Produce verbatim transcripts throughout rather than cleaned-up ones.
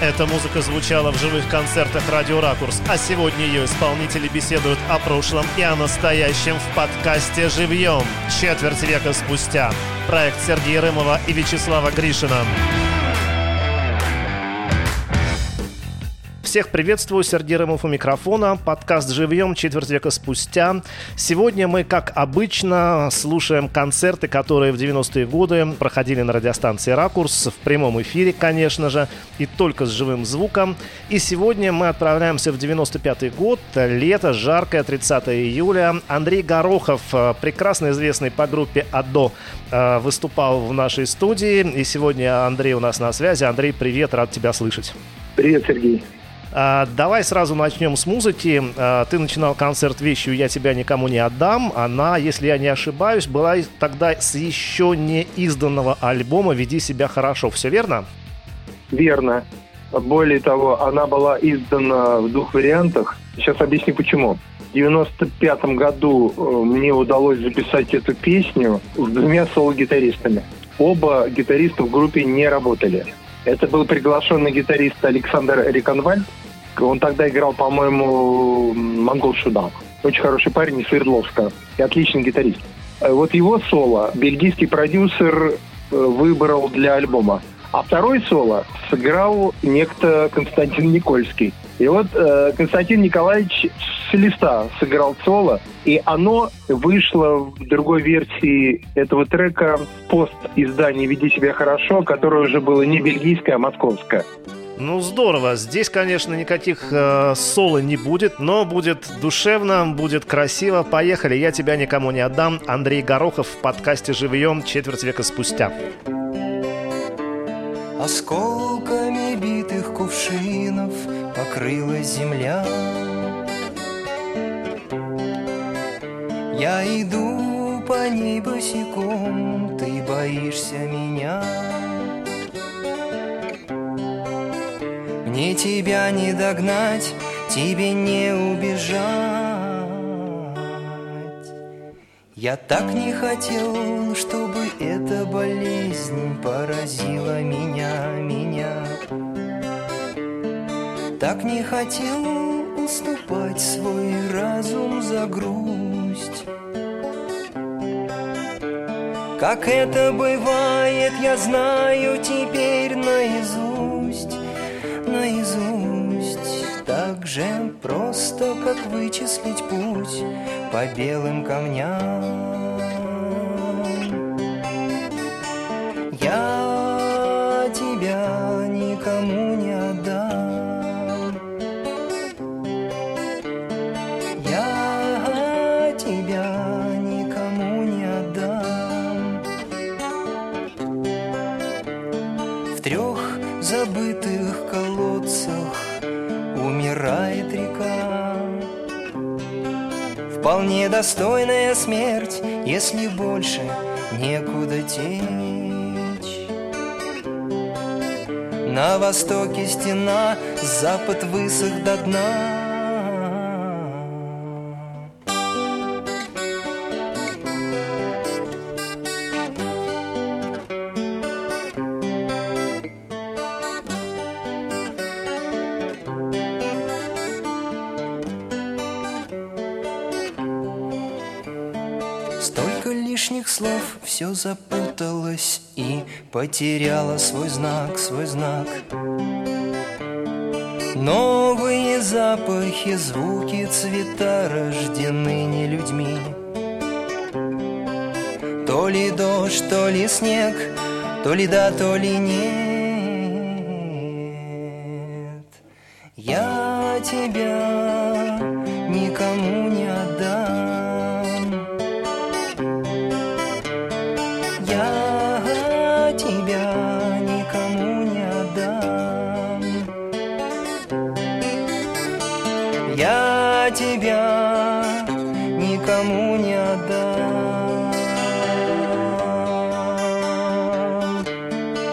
Эта музыка звучала в живых концертах «Радио Ракурс», а сегодня ее исполнители беседуют о прошлом и о настоящем в подкасте «Живьем» четверть века спустя. Проект Сергея Рымова и Вячеслава Гришина. Всех приветствую, Сергей Рымов у микрофона, подкаст «Живьем» четверть века спустя. Сегодня мы, как обычно, слушаем концерты, которые в девяностые годы проходили на радиостанции «Ракурс», в прямом эфире, конечно же, и только с живым звуком. И сегодня мы отправляемся в девяносто пятый год, лето, жаркое, тридцатое июля. Андрей Горохов, прекрасно известный по группе «Адо», выступал в нашей студии, и сегодня Андрей у нас на связи. Андрей, привет, рад тебя слышать. Привет, Сергей. А, давай сразу начнем с музыки. А, ты начинал концерт вещью «Я тебя никому не отдам». Она, если я не ошибаюсь, была тогда с еще не изданного альбома «Веди себя хорошо». Все верно? Верно. Более того, она была издана в двух вариантах. Сейчас объясню почему. В девяносто пятом году мне удалось записать эту песню с двумя соло-гитаристами. Оба гитариста в группе не работали. Это был приглашенный гитарист Александр Реконвальд. Он тогда играл, по-моему, Монгол Шудан. Очень хороший парень из Свердловска и отличный гитарист. Вот его соло бельгийский продюсер выбрал для альбома. А второй соло сыграл некто Константин Никольский. И вот э, Константин Николаевич с листа сыграл соло, и оно вышло в другой версии этого трека в пост-издании «Веди себя хорошо», которое уже было не бельгийское, а московское. Ну, здорово. Здесь, конечно, никаких э, соло не будет, но будет душевно, будет красиво. Поехали. «Я тебя никому не отдам». Андрей Горохов в подкасте «Живьем» четверть века спустя. Осколками битых кувшинов покрылась земля. Я иду по ней босиком, ты боишься меня. Мне тебя не догнать, тебе не убежать. Я так не хотел, чтобы эта болезнь поразила меня, меня. Так не хотел уступать свой разум за грусть. Как это бывает, я знаю теперь наизусть, наизусть. Так же просто, как вычислить путь по белым камням. Я тебя никому не отдам. Я тебя никому не отдам. В трех забытых колодцах умирает река. Вполне достойная смерть, если больше некуда течь. На востоке стена, запад высох до дна. Столько лишних слов, все запуталось и потеряло свой знак, свой знак. Новые запахи, звуки, цвета рождены не людьми. То ли дождь, то ли снег, то ли да, то ли нет. Я тебя никому не отдам. Я тебя никому не отдам. Я тебя никому не отдам.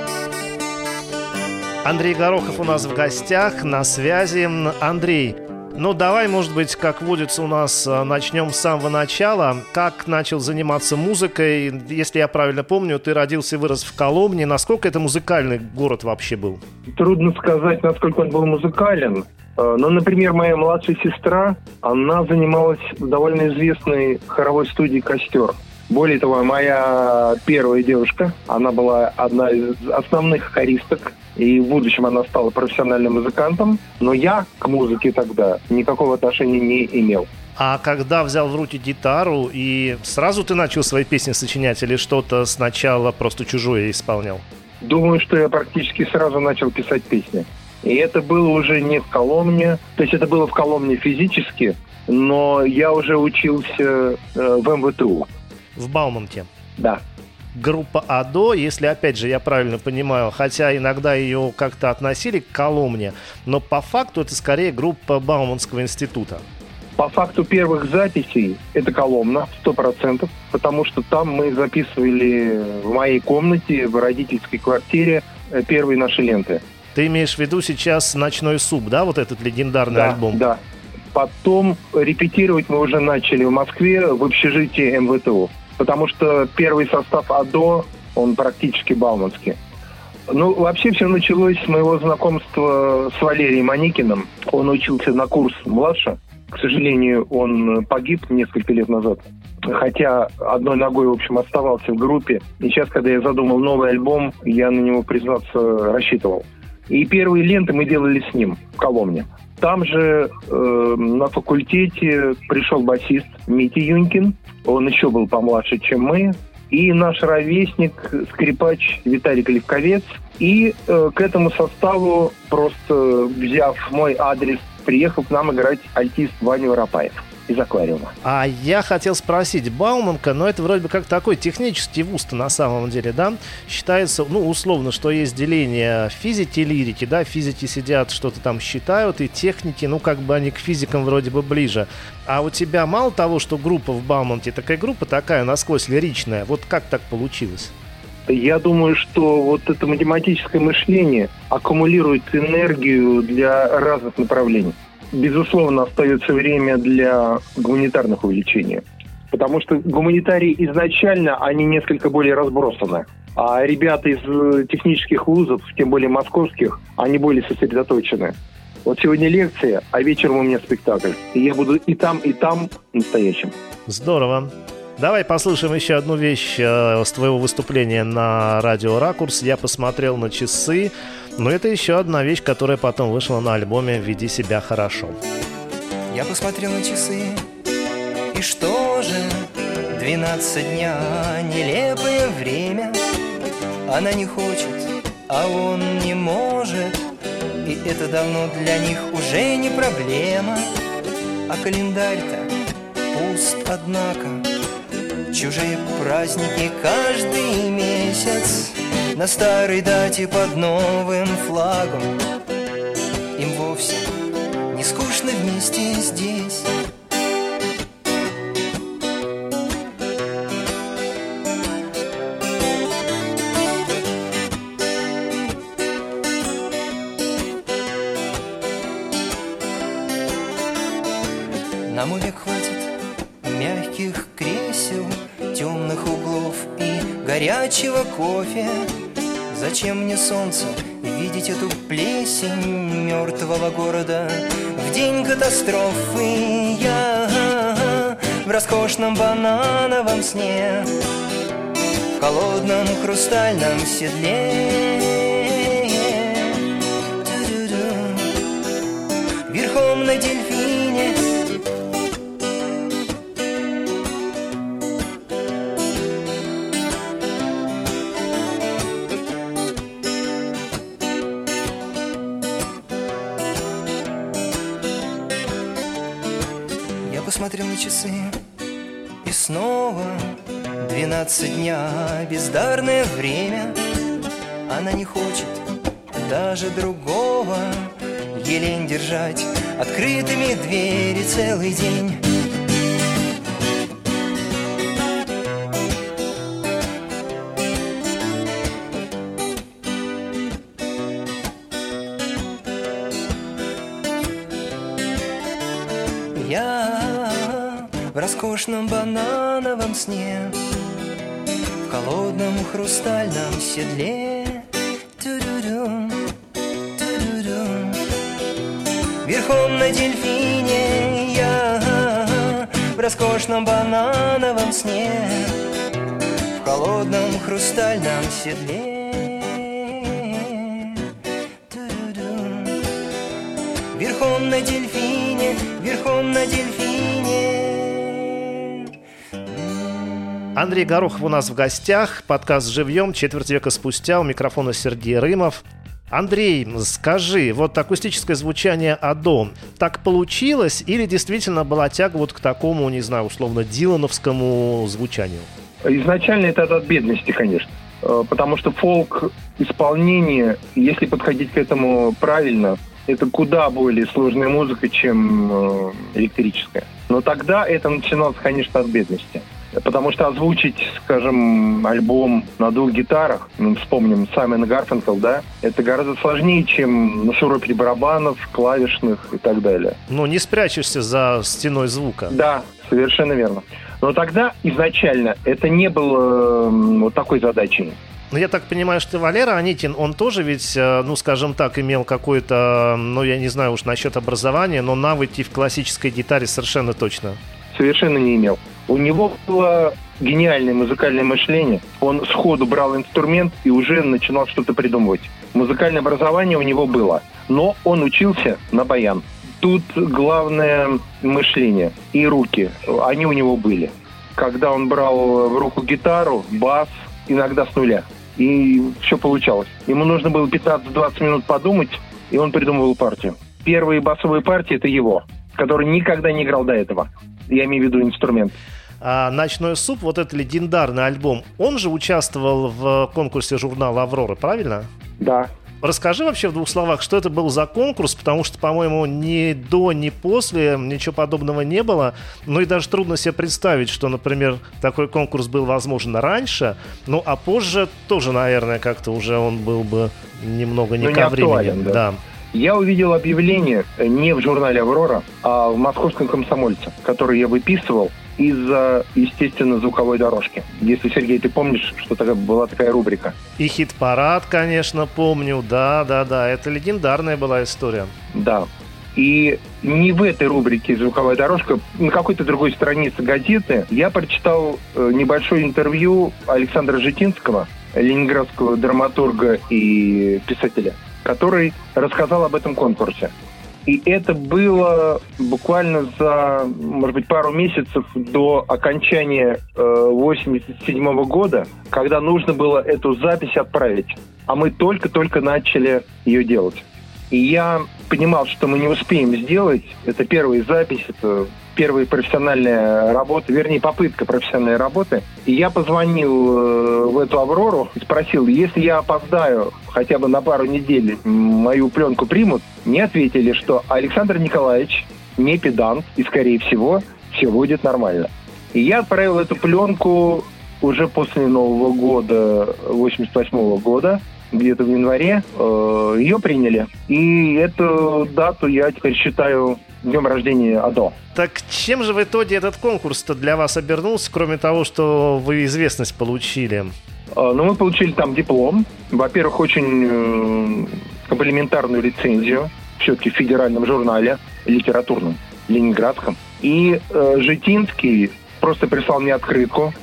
Андрей Горохов у нас в гостях, на связи. Андрей, Ну, давай, может быть, как водится у нас, начнем с самого начала. Как начал заниматься музыкой? Если я правильно помню, ты родился и вырос в Коломне. Насколько это музыкальный город вообще был? Трудно сказать, насколько он был музыкален. Но, например, моя младшая сестра, она занималась в довольно известной хоровой студии «Костер». Более того, моя первая девушка, она была одна из основных хористок, и в будущем она стала профессиональным музыкантом, но я к музыке тогда никакого отношения не имел. А когда взял в руки гитару, и сразу ты начал свои песни сочинять, или что-то сначала просто чужое исполнял? Думаю, что я практически сразу начал писать песни. И это было уже не в Коломне, то есть это было в Коломне физически, но я уже учился э, в эм вэ тэ у. В Бауманке? Да. Группа АДО, если, опять же, я правильно понимаю, хотя иногда ее как-то относили к Коломне, но по факту это скорее группа Бауманского института. По факту первых записей это Коломна, сто процентов, потому что там мы записывали в моей комнате, в родительской квартире первые наши ленты. Ты имеешь в виду сейчас «Ночной суп», да, вот этот легендарный да, альбом? Да, потом репетировать мы уже начали в Москве, в общежитии эм вэ тэ у. Потому что первый состав АДО, он практически бауманский. Ну, вообще все началось с моего знакомства с Валерием Аникиным. Он учился на курс младше. К сожалению, он погиб несколько лет назад. Хотя одной ногой, в общем, оставался в группе. И сейчас, когда я задумал новый альбом, я на него, признаться, рассчитывал. И первые ленты мы делали с ним в Коломне. Там же э, на факультете пришел басист Митя Юнькин. Он еще был помладше, чем мы. И наш ровесник, скрипач Виталий Левковец. И э, к этому составу, просто взяв мой адрес, приехал к нам играть альтист Ваня Воропаев из аквариума. А я хотел спросить, Бауманка, но это вроде бы как такой технический вуз-то на самом деле, да? Считается, ну, условно, что есть деление физики и лирики, да? Физики сидят, что-то там считают, и техники, ну, как бы они к физикам вроде бы ближе. А у тебя мало того, что группа в Бауманке, такая группа такая, насквозь лиричная, вот как так получилось? Я думаю, что вот это математическое мышление аккумулирует энергию для разных направлений. Безусловно, остается время для гуманитарных увлечений. Потому что гуманитарии изначально, они несколько более разбросаны. А ребята из технических вузов, тем более московских, они более сосредоточены. Вот сегодня лекция, а вечером у меня спектакль. И я буду и там, и там настоящим. Здорово. Давай послушаем еще одну вещь э, с твоего выступления на радио «Ракурс». Я посмотрел на часы, но это еще одна вещь, которая потом вышла на альбоме «Веди себя хорошо». Я посмотрел на часы, и что же? Двенадцать дня, нелепое время. Она не хочет, а он не может, и это давно для них уже не проблема. А календарь-то пуст, однако. Чужие праздники каждый месяц, на старой дате под новым флагом. Им вовсе не скучно вместе здесь. Нам увек хватит мягких кресел, темных углов и горячего кофе. Зачем мне солнце, видеть эту плесень мертвого города в день катастрофы? Я в роскошном банановом сне, в холодном хрустальном седле, верхом на дельфине. Смотрел на часы, и снова двенадцать дня, бездарное время. Она не хочет даже другого, ей лень держать открытыми двери целый день. Я в роскошном банановом сне, в холодном хрустальном седле. Ту-ду-дум, ту-ду-дум. Верхом на дельфине я в роскошном банановом сне, в холодном хрустальном седле. Ту-ду-дум. Верхом на дельфине, верхом на дельфине. Андрей Горохов у нас в гостях. Подкаст «Живьем» четверть века спустя. У микрофона Сергей Рымов. Андрей, скажи, вот акустическое звучание Адо так получилось или действительно была тяга вот к такому, не знаю, условно, дилановскому звучанию? Изначально это от бедности, конечно. Потому что фолк-исполнение, если подходить к этому правильно, это куда более сложная музыка, чем электрическая. Но тогда это начиналось, конечно, от бедности. Потому что озвучить, скажем, альбом на двух гитарах, ну, вспомним Саймона Гарфинкел, да, это гораздо сложнее, чем на шурупе барабанов, клавишных и так далее. Ну, не спрячешься за стеной звука. Да, совершенно верно. Но тогда изначально это не было э, вот такой задачей. Ну, я так понимаю, что Валера Анитин, он тоже ведь, ну, скажем так, имел какое-то, ну, я не знаю уж насчет образования, но навыки в классической гитаре совершенно точно. Совершенно не имел. У него было гениальное музыкальное мышление. Он сходу брал инструмент и уже начинал что-то придумывать. Музыкальное образование у него было, но он учился на баян. Тут главное мышление и руки. Они у него были. Когда он брал в руку гитару, бас, иногда с нуля. И все получалось. Ему нужно было пятнадцать-двадцать минут подумать, и он придумывал партию. Первые басовые партии — это его, который никогда не играл до этого. Я имею в виду инструмент. А «Ночной суп», вот этот легендарный альбом, он же участвовал в конкурсе журнала «Аврора», правильно? Да. Расскажи вообще в двух словах, что это был за конкурс, потому что, по-моему, ни до, ни после ничего подобного не было. Ну и даже трудно себе представить, что, например, такой конкурс был возможен раньше, ну а позже тоже, наверное, как-то уже он был бы немного не ко времени. Да. Да. Я увидел объявление не в журнале «Аврора», а в «Московском комсомольце», который я выписывал из-за, естественно, звуковой дорожки. Если, Сергей, ты помнишь, что такая, была такая рубрика. И хит-парад, конечно, помню. Да, да, да. Это легендарная была история. Да. И не в этой рубрике «Звуковая дорожка», на какой-то другой странице газеты я прочитал небольшое интервью Александра Житинского, ленинградского драматурга и писателя, который рассказал об этом конкурсе. И это было буквально за, может быть, пару месяцев до окончания э, восемьдесят седьмого года, когда нужно было эту запись отправить. А мы только-только начали ее делать. И я понимал, что мы не успеем сделать. Это первая запись, это первая профессиональная работа, вернее, попытка профессиональной работы. И я позвонил э, в эту «Аврору» и спросил, если я опоздаю хотя бы на пару недель, мою пленку примут. Мне ответили, что Александр Николаевич не педант, и, скорее всего, все будет нормально. И я отправил эту пленку уже после Нового года, восемьдесят восьмого года, где-то в январе, э, ее приняли. И эту дату я теперь считаю днем рождения Адо. Так чем же в итоге этот конкурс-то для вас обернулся, кроме того, что вы известность получили? Э, ну, мы получили там диплом. Во-первых, очень э, комплиментарную лицензию, все-таки в федеральном журнале литературном, ленинградском. И э, Житинский просто прислал мне открытку,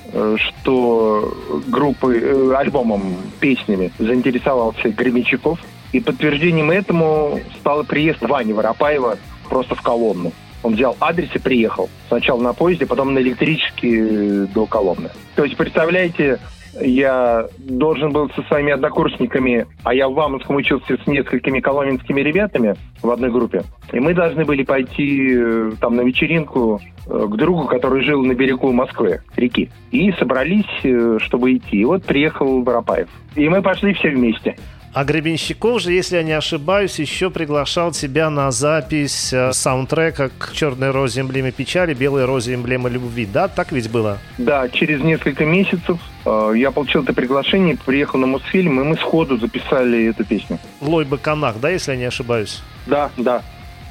что группой, альбомом, песнями заинтересовался Гребенщиков. И подтверждением этому стал приезд Вани Воропаева просто в Коломну. Он взял адрес и приехал. Сначала на поезде, потом на электричке до Коломны. То есть, представляете, я должен был со своими однокурсниками, а я в Вамонском учился с несколькими коломенскими ребятами в одной группе. И мы должны были пойти там на вечеринку к другу, который жил на берегу Москвы, реки. И собрались, чтобы идти. И вот приехал Воропаев. И мы пошли все вместе. А Гребенщиков же, если я не ошибаюсь, еще приглашал тебя на запись э, саундтрека к «Черной розе» эмблеме печали, «Белой розе» эмблема любви. Да, так ведь было? Да, через несколько месяцев э, я получил это приглашение, приехал на Мосфильм, и мы сходу записали эту песню. Лой Баканах, да, если я не ошибаюсь? Да, да.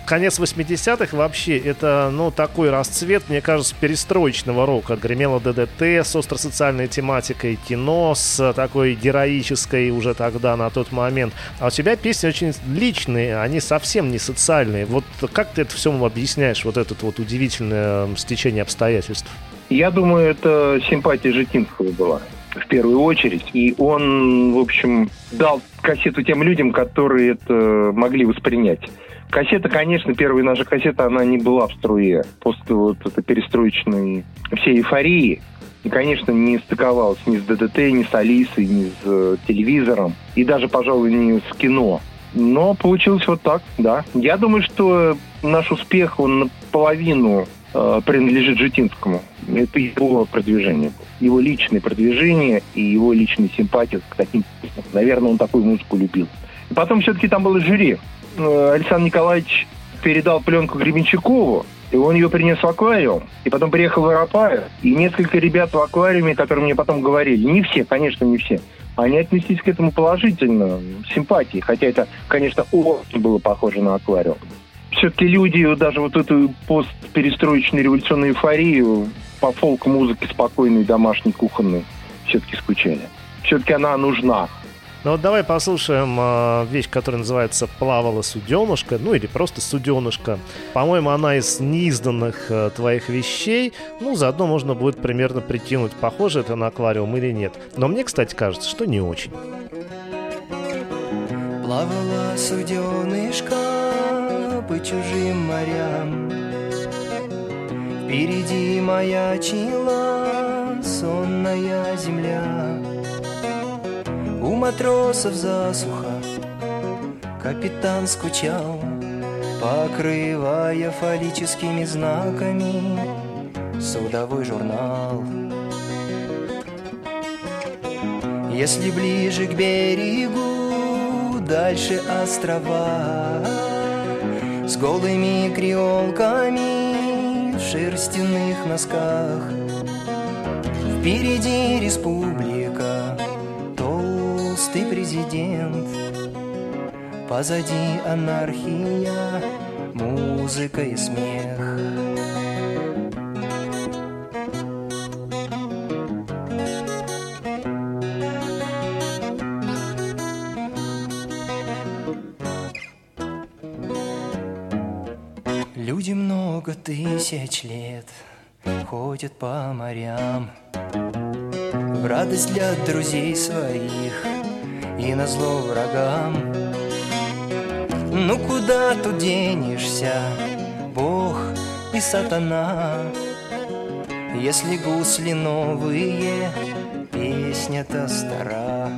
конец восьмидесятых вообще это, ну, такой расцвет, мне кажется, перестроечного рока. Гремело ДДТ с остросоциальной тематикой, кино с такой героической уже тогда, на тот момент. А у тебя песни очень личные, они совсем не социальные. Вот как ты это все объясняешь, вот это вот удивительное стечение обстоятельств? Я думаю, это симпатия Житинского была в первую очередь. И он, в общем, дал кассету тем людям, которые это могли воспринять. Кассета, конечно, первая наша кассета, она не была в струе. После вот этой перестроечной всей эйфории. И, конечно, не стыковалась ни с ДДТ, ни с Алисой, ни с э, телевизором. И даже, пожалуй, не с кино. Но получилось вот так, да. Я думаю, что наш успех, он наполовину э, принадлежит Житинскому. Это его продвижение. Его личное продвижение и его личная симпатия к таким песням. Наверное, он такую музыку любил. И потом все-таки там было жюри. Александр Николаевич передал пленку Гребенщикову, и он ее принес в аквариум. И потом приехал в Воропаев, и несколько ребят в аквариуме, которые мне потом говорили, не все, конечно, не все, они отнеслись к этому положительно, с симпатией, хотя это, конечно, очень было похоже на аквариум. Все-таки люди даже вот эту постперестроечную революционную эйфорию по фолк-музыке спокойной, домашней, кухонной все-таки скучали. Все-таки она нужна. Ну вот давай послушаем э, вещь, которая называется «Плавала суденушка», ну или просто «Суденушка». По-моему, она из неизданных э, твоих вещей. Ну, заодно можно будет примерно прикинуть, похоже это на аквариум или нет. Но мне, кстати, кажется, что не очень. Плавала суденышка по чужим морям, впереди маячила сонная земля. У матросов засуха, капитан скучал, покрывая фаллическими знаками судовой журнал. Если ближе к берегу, дальше острова с голыми креолками в шерстяных носках. Впереди республика, толстый президент, позади анархия, музыка и смех. Люди много тысяч лет ходят по морям в радость для друзей своих и назло врагам. Ну куда тут денешься, Бог и сатана, если гусли новые, песня-то стара.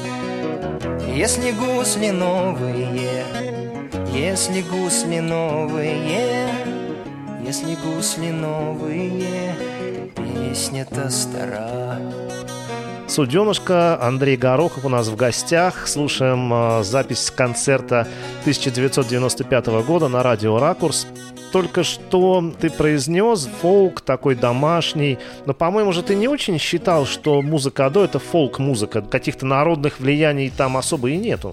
Если гусли новые, если гусли новые, если гусли новые, песня-то стара. «Суденушка», Андрей Горохов у нас в гостях. Слушаем э, запись концерта тысяча девятьсот девяносто пятого года на радио «Ракурс». Только что ты произнес фолк такой домашний, но, по-моему, же ты не очень считал, что музыка Адо — это фолк-музыка, каких-то народных влияний там особо и нету.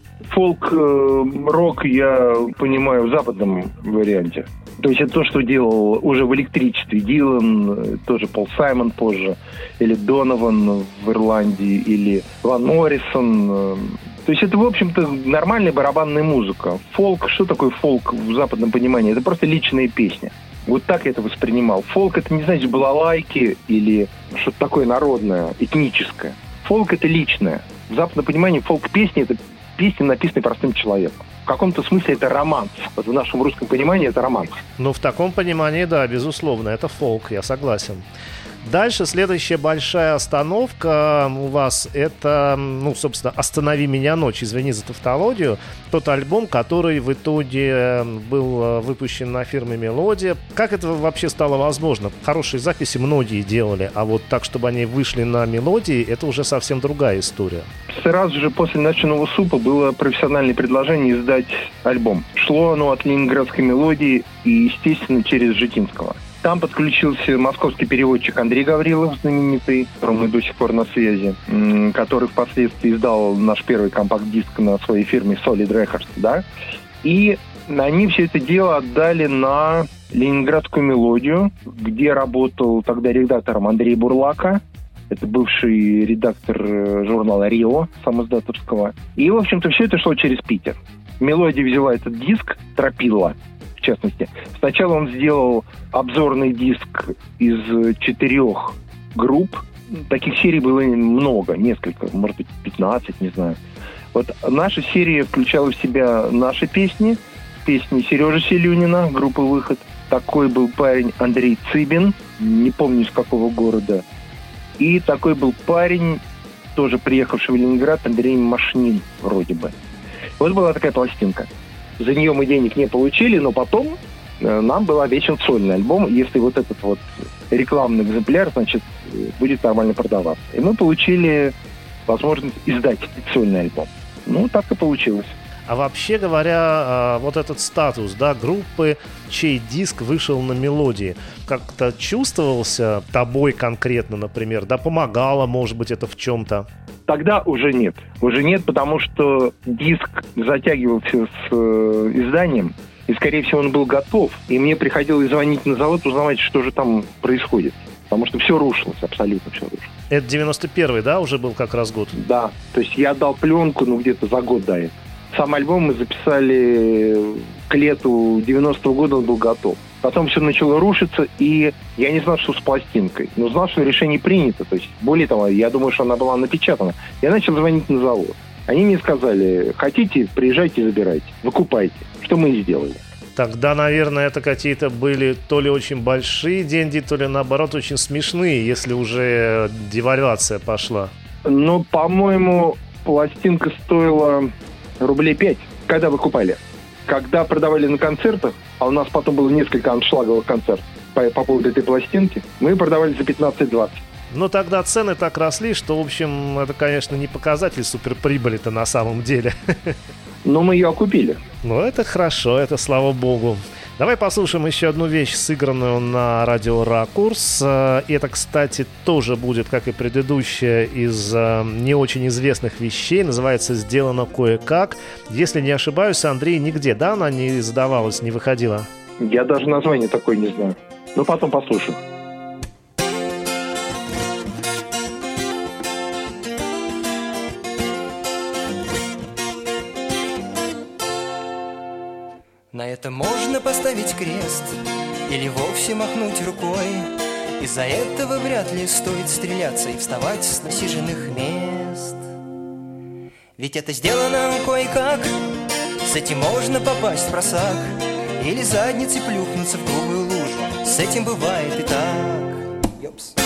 Фолк-рок я понимаю в западном варианте. То есть это то, что делал уже в электричестве Дилан, тоже Пол Саймон позже, или Донован в Ирландии, или Ван Моррисон. То есть это, в общем-то, нормальная барабанная музыка. Фолк, что такое фолк в западном понимании? Это просто личная песня. Вот так я это воспринимал. Фолк — это не значит балалайки или что-то такое народное, этническое. Фолк — это личное. В западном понимании фолк-песни — это песня, написанная простым человеком. В каком-то смысле это романс. Вот в нашем русском понимании это романс. Ну, в таком понимании, да, безусловно, это фолк, я согласен. Дальше следующая большая остановка у вас — это, ну, собственно, «Останови меня, ночь», извини за тавтологию. Тот альбом, который в итоге был выпущен на фирме «Мелодия». Как это вообще стало возможно? Хорошие записи многие делали, а вот так, чтобы они вышли на «Мелодии», это уже совсем другая история. Сразу же после «Ночного супа» было профессиональное предложение издать альбом. Шло оно от ленинградской «Мелодии» и, естественно, через Житинского. Там подключился московский переводчик Андрей Гаврилов, знаменитый, с которым мы до сих пор на связи, который впоследствии издал наш первый компакт-диск на своей фирме Solid Records, да. И Они все это дело отдали на Ленинградскую мелодию, где работал тогда редактором Андрей Бурлака. Это бывший редактор журнала «Рио» самоиздатовского. И, в общем-то, все это шло через Питер. Мелодия взяла этот диск, Тропила, в частности. Сначала он сделал обзорный диск из четырех групп. Таких серий было много, несколько, может быть, пятнадцать, не знаю. Вот наша серия включала в себя наши песни, песни Сережи Селюнина, группы «Выход». Такой был парень Андрей Цыбин, не помню из какого города. И такой был парень, тоже приехавший в Ленинград, Андрей Машнин, вроде бы. Вот была такая пластинка. За нее мы денег не получили, но потом э, нам был обещан сольный альбом. Если вот этот вот рекламный экземпляр, значит, будет нормально продаваться. И мы получили возможность издать сольный альбом. Ну, так и получилось. А вообще говоря, вот этот статус, да, группы, чей диск вышел на мелодии, как-то чувствовался тобой конкретно, например, да, помогало, может быть, это в чем-то? Тогда уже нет. Уже нет, потому что диск затягивался с э, изданием, и, скорее всего, он был готов. И мне приходилось звонить на завод, узнавать, что же там происходит. Потому что все рушилось, абсолютно все рушилось. Это девяносто первый, да, уже был как раз год? Да, то есть я дал пленку, ну, где-то за год до этого. Сам альбом мы записали к лету девяностого года, он был готов. Потом все начало рушиться, и я не знал, что с пластинкой. Но знал, что решение принято. То есть, более того, я думаю, что она была напечатана. Я начал звонить на завод. Они мне сказали: хотите, приезжайте, забирайте, выкупайте. Что мы и сделали. Тогда, наверное, это какие-то были то ли очень большие деньги, то ли, наоборот, очень смешные, если уже девальвация пошла. Ну, по-моему, пластинка стоила рублей пять, когда выкупали. Когда продавали на концертах, а у нас потом было несколько аншлаговых концертов по, по поводу этой пластинки, мы продавали за пятнадцать-двадцать. Но тогда цены так росли, что, в общем, это, конечно, не показатель суперприбыли-то на самом деле. Но мы ее окупили. Ну, это хорошо, это слава богу. Давай послушаем еще одну вещь, сыгранную на радио «Ракурс». Это, кстати, тоже будет, как и предыдущая, из не очень известных вещей. Называется «Сделано кое-как». Если не ошибаюсь, Андрей, нигде, да, она не издавалась, не выходила? Я даже название такое не знаю. Но потом послушаем. На это можно поставить крест или вовсе махнуть рукой. Из-за этого вряд ли стоит стреляться и вставать с насиженных мест. Ведь это сделано кое-как, с этим можно попасть в просак или задницей плюхнуться в круглую лужу. С этим бывает и так. Йопс.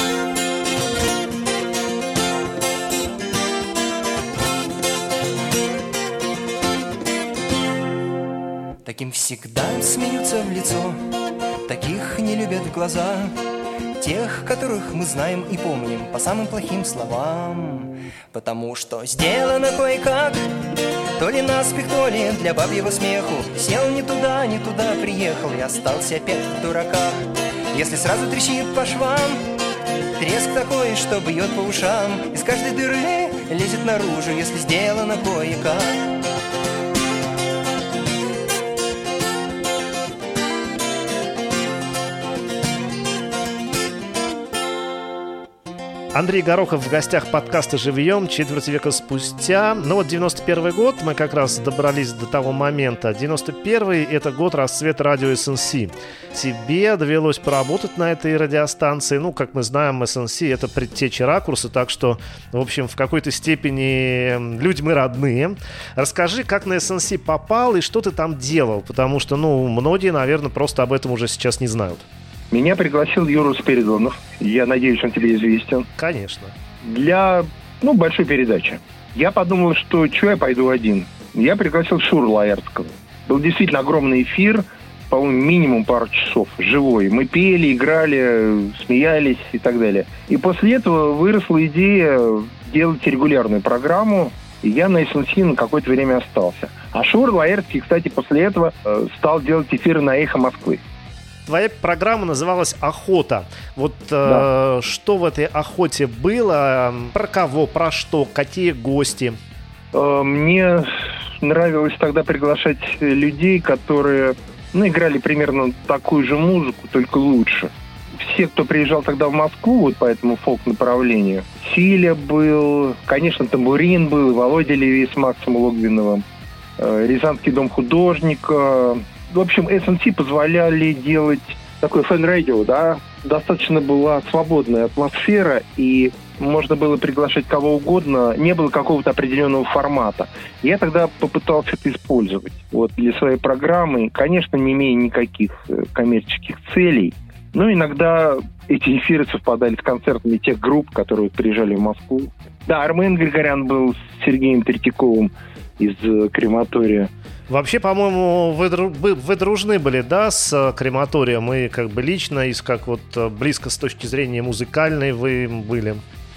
Таким всегда смеются в лицо, таких не любят глаза, тех, которых мы знаем и помним по самым плохим словам. Потому что сделано кое-как, то ли наспех, то ли для бабьего смеху. Сел не туда, не туда приехал и остался опять в дураках. Если сразу трещит по швам, треск такой, что бьет по ушам, из каждой дыры лезет наружу, если сделано кое-как. Андрей Горохов в гостях подкаста «Живьем» четверть века спустя. Ну вот девяносто первый год, мы как раз добрались до того момента. девяносто первый — это год расцвета радио эс эн си. Тебе довелось поработать на этой радиостанции. Ну, как мы знаем, эс эн си — это предтеча «Ракурса», так что, в общем, в какой-то степени люди мы родные. Расскажи, как на эс эн си попал и что ты там делал, потому что, ну, многие, наверное, просто об этом уже сейчас не знают. Меня пригласил Юра Спиридонов. Я надеюсь, он тебе известен. Конечно. Для, ну, большой передачи. Я подумал, что что я пойду один. Я пригласил Шуру Лаэртского. Был действительно огромный эфир, по-моему, минимум пару часов, живой. Мы пели, играли, смеялись и так далее. И после этого выросла идея делать регулярную программу, и я на эс эн си на какое-то время остался. А Шура Лаэртский, кстати, после этого стал делать эфиры на «Эхо Москвы». Твоя программа называлась «Охота». Вот да. э, что в этой охоте было? Про кого, про что, какие гости? Мне нравилось тогда приглашать людей, которые, ну, играли примерно такую же музыку, только лучше. Все, кто приезжал тогда в Москву, вот по этому фолк-направлению, Силя был, конечно, Тамбурин был, Володя Леви с Максом Логвиновым, Рязанский дом художника. В общем, эс эн си позволяли делать такое фэн-радио, да. Достаточно была свободная атмосфера, и можно было приглашать кого угодно, не было какого-то определенного формата. Я тогда попытался это использовать вот, для своей программы, конечно, не имея никаких коммерческих целей. Но иногда эти эфиры совпадали с концертами тех групп, которые приезжали в Москву. Да, Армен Григорян был с Сергеем Третьяковым из Крематория. Вообще, по-моему, вы, вы, вы дружны были, да, с Крематорием? И как бы лично, и как вот близко с точки зрения музыкальной вы были?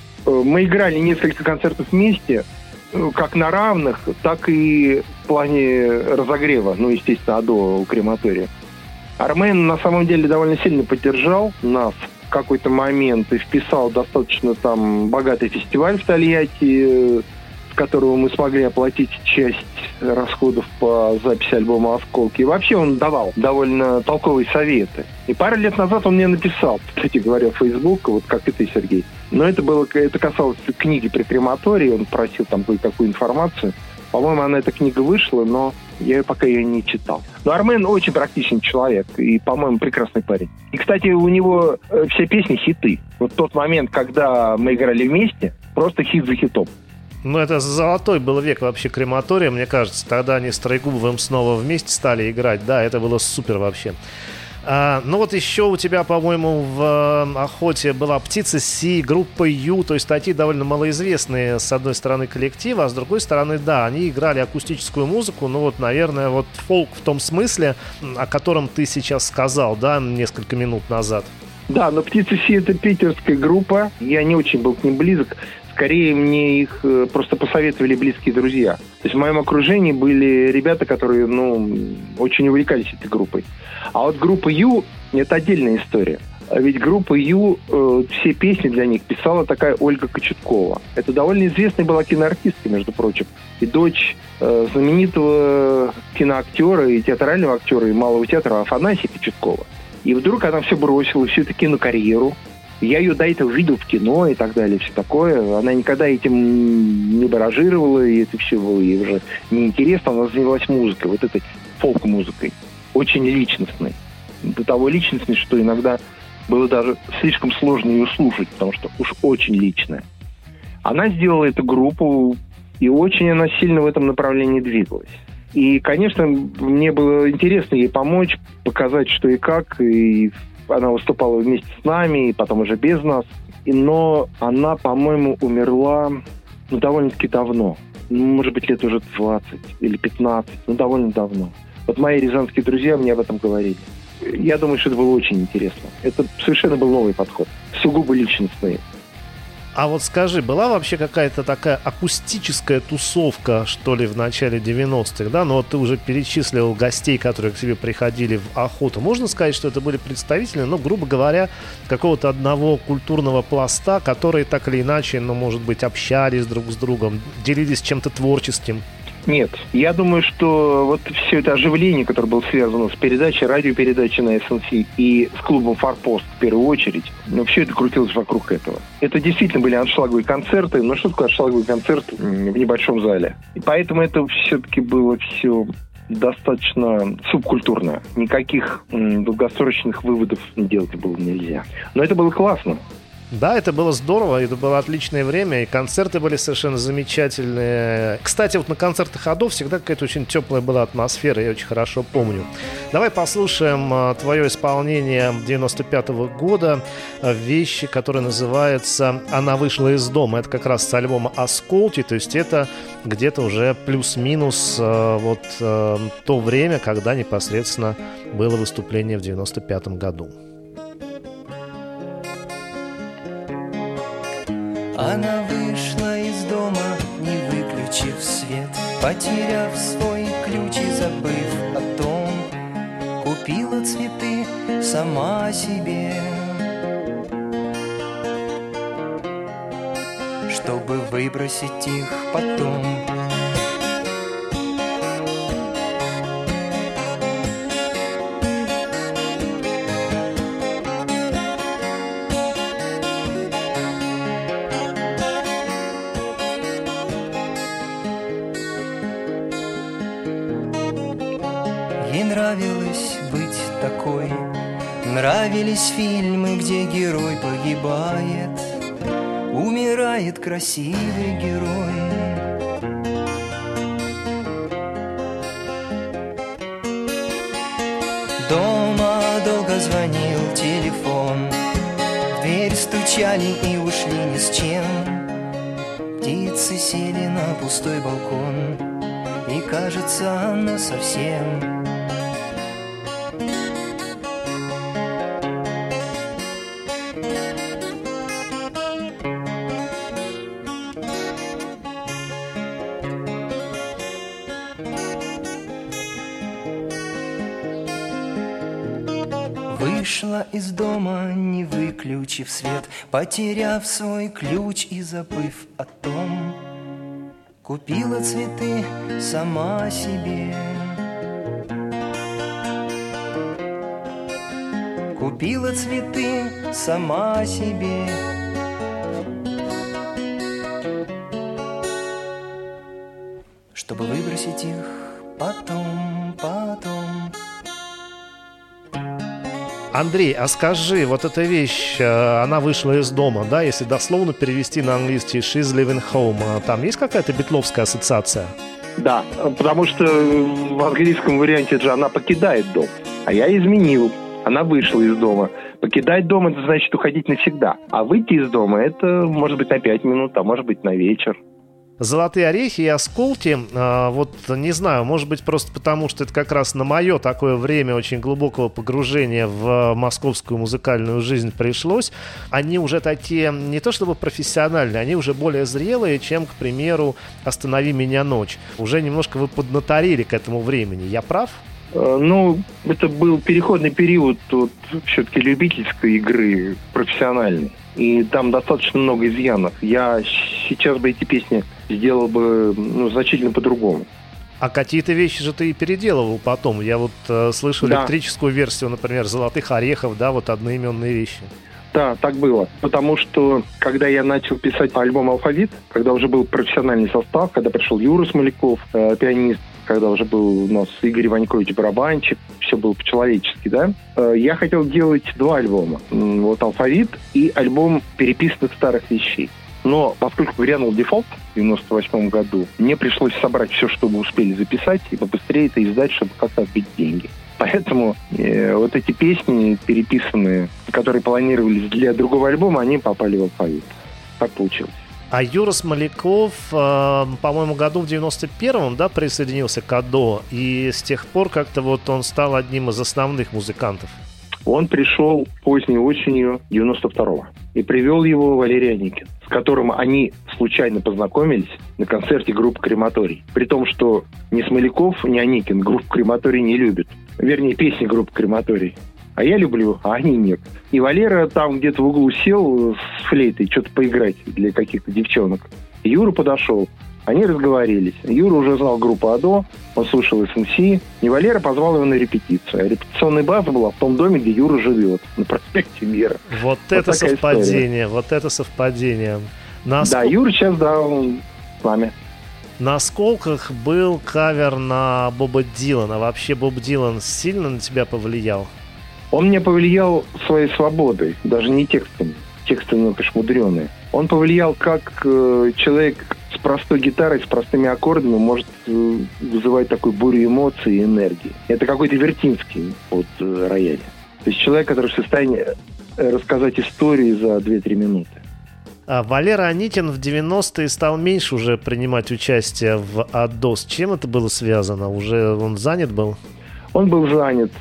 Мы играли несколько концертов вместе, как на равных, так и в плане разогрева, ну, естественно, АДО у Крематория. Армен на самом деле довольно сильно поддержал нас в какой-то момент и вписал достаточно там богатый фестиваль в Тольятти, с которого мы смогли оплатить часть расходов по записи альбома «Осколки». И вообще он давал довольно толковые советы. И пару лет назад он мне написал, кстати говоря, в Facebook, вот как и ты, Сергей. Но это было, это касалось книги при Крематории, он просил там кое-какую информацию. По-моему, она, эта книга вышла, но я пока ее не читал. Но Армен очень практичный человек и, по-моему, прекрасный парень. И, кстати, у него все песни хиты. Вот тот момент, когда мы играли вместе, просто хит за хитом. Ну, это золотой был век вообще Крематория, мне кажется. Тогда они с Троегубовым снова вместе стали играть. Да, это было супер вообще. А, ну вот еще у тебя, по-моему, в «Охоте» была «Птица Си», группа Ю, то есть такие довольно малоизвестные, с одной стороны, коллективы, а с другой стороны, да, они играли акустическую музыку, ну вот, наверное, вот фолк в том смысле, о котором ты сейчас сказал, да, несколько минут назад. Да, но «Птица Си» — это питерская группа, я не очень был к ним близок. Скорее, мне их просто посоветовали близкие друзья. То есть в моем окружении были ребята, которые, ну, очень увлекались этой группой. А вот группа Ю – это отдельная история. Ведь группа Ю, э, все песни для них писала такая Ольга Кочеткова. Это довольно известная была киноартистка, между прочим. И дочь э, знаменитого киноактера и театрального актера и малого театра Афанасия Кочеткова. И вдруг она все бросила, всю эту кинокарьеру. Я ее до этого видел в кино и так далее, все такое. Она никогда этим не баражировала, и это все было ей уже неинтересно. Она занялась музыкой, вот этой фолк-музыкой. Очень личностной. До того личностной, что иногда было даже слишком сложно ее слушать, потому что уж очень личная. Она сделала эту группу, и очень она сильно в этом направлении двигалась. И, конечно, мне было интересно ей помочь, показать, что и как, и она выступала вместе с нами, и потом уже без нас. И, но она, по-моему, умерла ну, довольно-таки давно. Ну, может быть, лет уже двадцать или пятнадцать, ну, довольно давно. Вот мои рязанские друзья мне об этом говорили. Я думаю, что это было очень интересно. Это совершенно был новый подход, сугубо личностный. А вот скажи, была вообще какая-то такая акустическая тусовка, что ли, в начале девяностых, да? Ну вот ты уже перечислил гостей, которые к тебе приходили в «Охоту». Можно сказать, что это были представители, ну, грубо говоря, какого-то одного культурного пласта, которые так или иначе, ну, может быть, общались друг с другом, делились чем-то творческим? Нет. Я думаю, что вот все это оживление, которое было связано с передачей, радиопередачей на эс эн си и с клубом «Форпост» в первую очередь, ну, все это крутилось вокруг этого. Это действительно были аншлаговые концерты, но что такое аншлаговый концерт в небольшом зале? И поэтому это все-таки было все достаточно субкультурно. Никаких м, долгосрочных выводов делать было нельзя. Но это было классно. Да, это было здорово, это было отличное время, и концерты были совершенно замечательные. Кстати, вот на концертах АДО всегда какая-то очень теплая была атмосфера, я очень хорошо помню. Давай послушаем а, твое исполнение девяносто пятого года, а, вещи, которая называется «Она вышла из дома». Это как раз с альбома «Осколки», то есть это где-то уже плюс-минус а, вот а, то время, когда непосредственно было выступление в девяносто пятом году. Она вышла из дома, не выключив свет, потеряв свой ключ и забыв о том, купила цветы сама себе, чтобы выбросить их потом. И нравилось быть такой. Нравились фильмы, где герой погибает, умирает красивый герой. Дома долго звонил телефон, в дверь стучали и ушли ни с чем. Птицы сели на пустой балкон, и кажется, насовсем. Вышла из дома, не выключив свет, потеряв свой ключ и забыв о том. Купила цветы сама себе. Купила цветы сама себе. Чтобы выбросить их потом, потом. Андрей, а скажи, вот эта вещь, она вышла из дома, да, если дословно перевести на английский «She's leaving home», там есть какая-то битловская ассоциация? Да, потому что в английском варианте же она покидает дом, а я изменил, она вышла из дома. Покидать дом – это значит уходить навсегда, а выйти из дома – это может быть на пять минут, а может быть на вечер. «Золотые орехи» и «Осколки», э, вот не знаю, может быть просто потому, что это как раз на мое такое время очень глубокого погружения в московскую музыкальную жизнь пришлось. Они уже такие, не то чтобы профессиональные, они уже более зрелые, чем, к примеру, «Останови меня, ночь». Уже немножко вы поднаторили к этому времени. Я прав? Ну, это был переходный период от все-таки любительской игры, профессиональной. И там достаточно много изъянов. Я сейчас бы эти песни сделал бы ну, значительно по-другому. А какие-то вещи же ты и переделывал потом. Я вот э, слышал да. электрическую версию, например, «Золотых орехов», да, вот одноименные вещи. Да, так было. Потому что, когда я начал писать альбом «Алфавит», когда уже был профессиональный состав, когда пришел Юра Смоляков, э, пианист, когда уже был у нас Игорь Иванькович барабанщик, все было по-человечески, да, э, я хотел делать два альбома. Вот «Алфавит» и альбом переписанных старых вещей. Но поскольку грянул дефолт в девяносто восьмом году, мне пришлось собрать все, что мы успели записать, и побыстрее это издать, чтобы как-то отбить деньги. Поэтому э, вот эти песни, переписанные, которые планировались для другого альбома, они попали в «Алфавит». Так получилось. А Юра Смоляков, э, по-моему, году в девяносто первом, да, присоединился к АДО, и с тех пор как-то вот он стал одним из основных музыкантов. Он пришел поздней осенью девяносто второго и привел его Валерий Аникин, с которым они случайно познакомились на концерте группы «Крематорий». При том, что ни Смоляков, ни Аникин группу «Крематорий» не любят. Вернее, песни группы «Крематорий». А я люблю, а они нет. И Валера там где-то в углу сел с флейтой что-то поиграть для каких-то девчонок. Юра подошел. Они разговорились. Юра уже знал группу АДО, он слушал эс эн си, и Валера позвал его на репетицию. А репетиционная база была в том доме, где Юра живет, на проспекте Мира. Вот, вот это совпадение, история. Вот это совпадение. На да, оск... Юра сейчас, да, он с нами. На «Осколках» был кавер на Боба Дилана. Вообще Боб Дилан сильно на тебя повлиял? Он мне повлиял своей свободой, даже не текстами. Тексты, ну, конечно, мудреные. Он повлиял, как э, человек с простой гитарой, с простыми аккордами может э, вызывать такую бурю эмоций и энергии. Это какой-то Вертинский от э, рояля. То есть человек, который в состоянии рассказать истории за две-три минуты. А Валера Аникин в девяностые стал меньше уже принимать участие в АДО. С чем это было связано? Уже он занят был? Он был занят.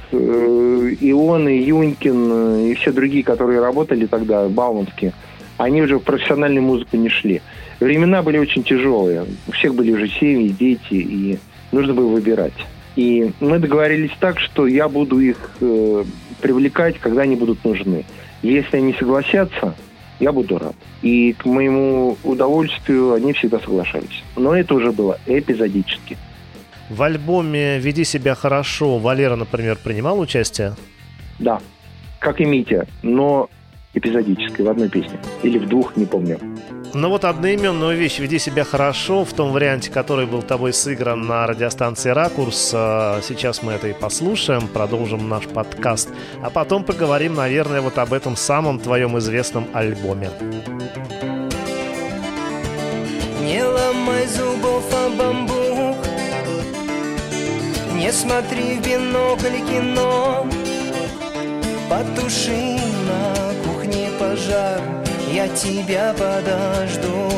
И он, и Юнькин, и все другие, которые работали тогда, Бауманские, они уже в профессиональную музыку не шли. Времена были очень тяжелые. У всех были уже семьи, дети, и нужно было выбирать. И мы договорились так, что я буду их э, привлекать, когда они будут нужны. Если они согласятся, я буду рад. И к моему удовольствию они всегда соглашались. Но это уже было эпизодически. В альбоме «Веди себя хорошо» Валера, например, принимал участие? Да, как и Митя. Но эпизодической в одной песне. Или в двух, не помню. Ну вот одноименную вещь «Веди себя хорошо» в том варианте, который был тобой сыгран на радиостанции «Ракурс». Сейчас мы это и послушаем, продолжим наш подкаст. А потом поговорим, наверное, вот об этом самом твоем известном альбоме. Не ломай зубов о бамбук, не смотри в бинокль кино, потуши на кухне пожар, я тебя подожду.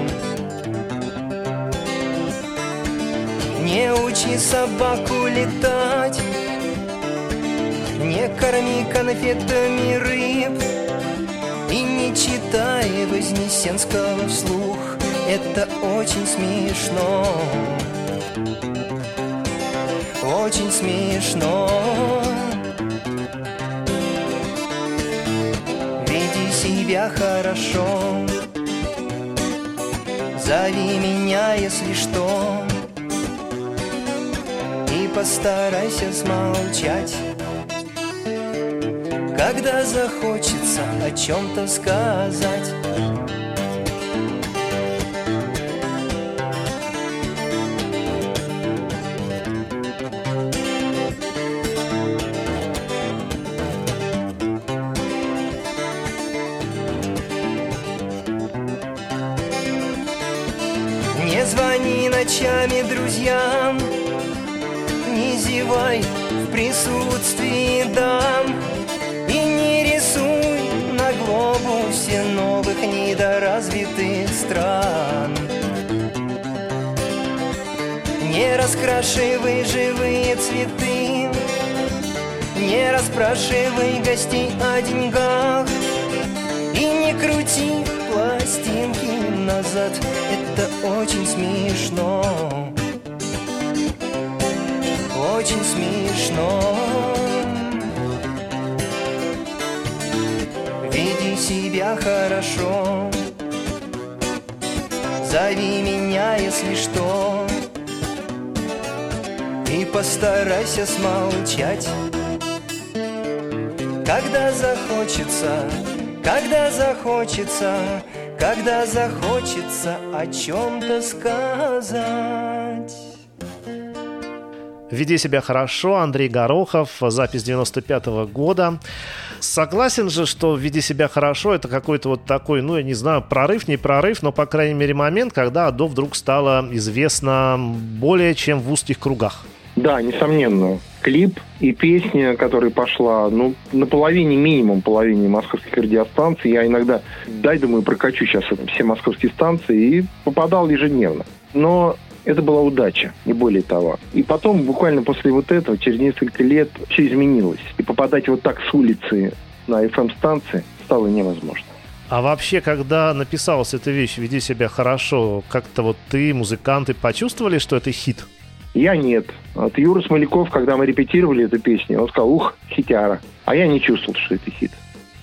Не учи собаку летать, не корми конфетами рыб и не читай Вознесенского вслух, это очень смешно, очень смешно. Веди себя хорошо, зови меня, если что, и постарайся смолчать, когда захочется о чем-то сказать. Не звони ночами друзьям, не зевай в присутствии дам, и не рисуй на глобусе новых недоразвитых стран. Не раскрашивай живые цветы, не расспрашивай гостей о деньгах, и не крути пластинки назад, это очень смешно, очень смешно. Веди себя хорошо, зови меня, если что, и постарайся смолчать, когда захочется, когда захочется, когда захочется о чем-то сказать. «Веди себя хорошо», Андрей Горохов, запись девяносто пятого года. Согласен же, что «Веди себя хорошо» — это какой-то вот такой, ну, я не знаю, прорыв, не прорыв, но, по крайней мере, момент, когда Адо вдруг стало известно более чем в узких кругах. Да, несомненно. Клип и песня, которая пошла, ну, на половине, минимум половине московских радиостанций. Я иногда, дай, думаю, прокачу сейчас все московские станции, и попадал ежедневно. Но это была удача, не более того. И потом, буквально после вот этого, через несколько лет, все изменилось. И попадать вот так с улицы на эф эм-станции стало невозможно. А вообще, когда написалась эта вещь «Веди себя хорошо», как-то вот ты, музыканты, почувствовали, что это хит? Я нет. От Юра Смоляков, когда мы репетировали эту песню, он сказал: ух, хитяра. А я не чувствовал, что это хит.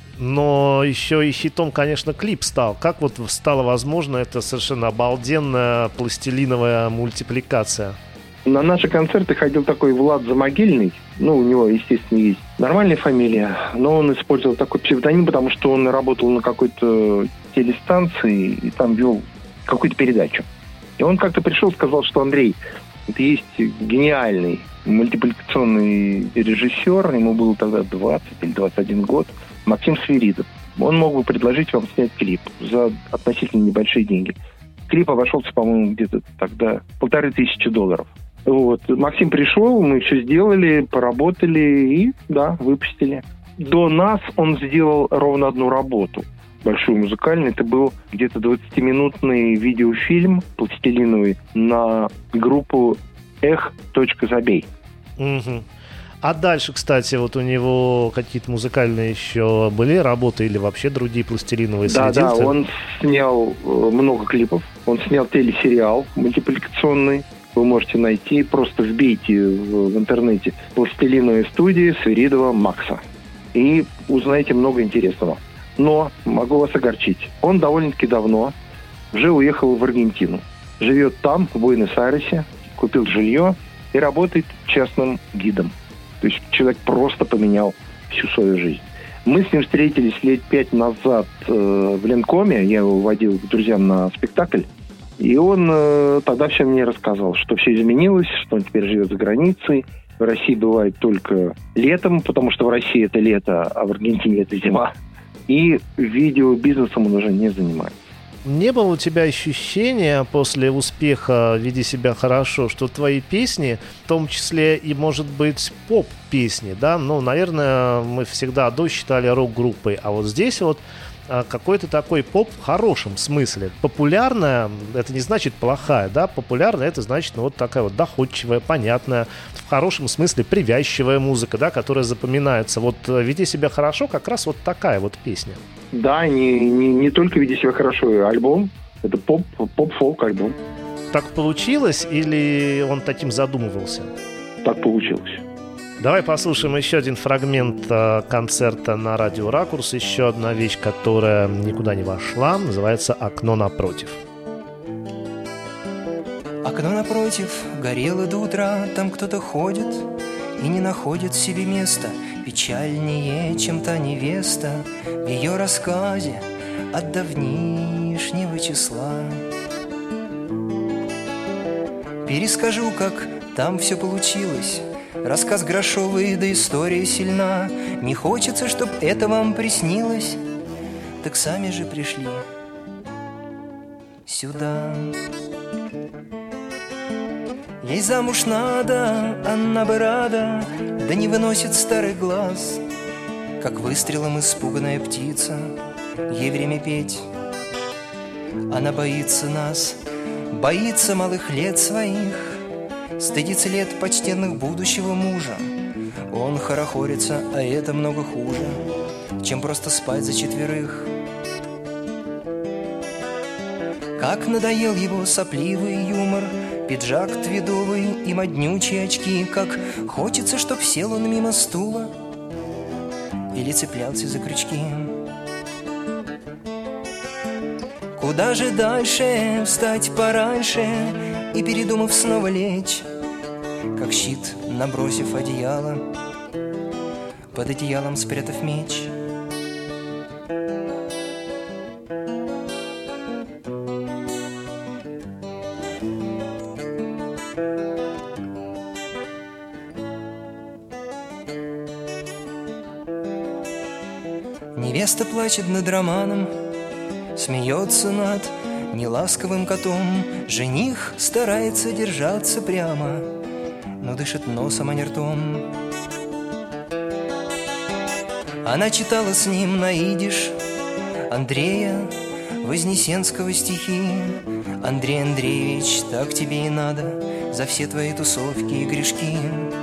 Но еще и хитом, конечно, клип стал. Как вот стало возможно эта совершенно обалденная пластилиновая мультипликация? На наши концерты ходил такой Влад Замогильный. Ну, у него, естественно, есть нормальная фамилия, но он использовал такой псевдоним, потому что он работал на какой-то телестанции и там вел какую-то передачу. И он как-то пришел и сказал, что: Андрей, это есть гениальный мультипликационный режиссер, ему было тогда двадцать или двадцать один год, Максим Свиридов. Он мог бы предложить вам снять клип за относительно небольшие деньги. Клип обошелся, по-моему, где-то тогда полторы тысячи долларов. Вот. Максим пришел, мы все сделали, поработали и, да, выпустили. До нас он сделал ровно одну работу, большую музыкальную. Это был где-то двадцатиминутный видеофильм пластилиновый на группу «Эх. Забей». Угу. А дальше, кстати, вот у него какие-то музыкальные еще были работы или вообще другие пластилиновые? Да, следил да, ты? он снял много клипов. Он снял телесериал мультипликационный. Вы можете найти, просто вбейте в, в интернете «Пластилиновая студия Свиридова Макса» и узнаете много интересного. Но могу вас огорчить. Он довольно-таки давно уже уехал в Аргентину. Живет там, в Буэнос-Айресе, купил жилье и работает частным гидом. То есть человек просто поменял всю свою жизнь. Мы с ним встретились лет пять назад э, в Ленкоме. Я его водил к друзьям на спектакль. И он э, тогда все мне рассказал, что все изменилось, что он теперь живет за границей. В России бывает только летом, потому что в России это лето, а в Аргентине это зима. И видеобизнесом он уже не занимается. Не было у тебя ощущения после успеха «Веди себя хорошо», что твои песни, в том числе и, может быть, поп-песни, да, ну, наверное, мы всегда до считали рок-группой, а вот здесь вот какой-то такой поп в хорошем смысле. Популярная, это не значит плохая, да, популярная, это значит, ну, вот такая вот доходчивая, понятная, в хорошем смысле привязчивая музыка, да, которая запоминается. Вот «Веди себя хорошо» как раз вот такая вот песня. Да, не, не, не только «Веди себя хорошо», альбом, это поп, поп-фолк альбом. Так получилось или он таким задумывался? Так получилось. Давай послушаем еще один фрагмент э, концерта на радио «Ракурс». Еще одна вещь, которая никуда не вошла, называется «Окно напротив». Окно напротив горело до утра, там кто-то ходит и не находит себе места. Печальнее, чем та невеста в ее рассказе от давнишнего числа. Перескажу, как там все получилось. Рассказ грошовый, да история сильна. Не хочется, чтоб это вам приснилось. Так сами же пришли сюда. Ей замуж надо, она бы рада, да не выносит старый глаз. Как выстрелом испуганная птица, ей время петь. Она боится нас, боится малых лет своих, стыдится лет почтенных будущего мужа. Он хорохорится, а это много хуже, чем просто спать за четверых. Как надоел его сопливый юмор, пиджак твидовый и моднючие очки. Как хочется, чтоб сел он мимо стула или цеплялся за крючки. Куда же дальше? Встать пораньше и, передумав, снова лечь, как щит набросив одеяло, под одеялом спрятав меч. Невеста плачет над романом, смеется над неласковым котом. Жених старается держаться прямо, но дышит носом, а не ртом. Она читала с ним на идиш Андрея Вознесенского стихи. Андрей Андреевич, так тебе и надо за все твои тусовки и грешки.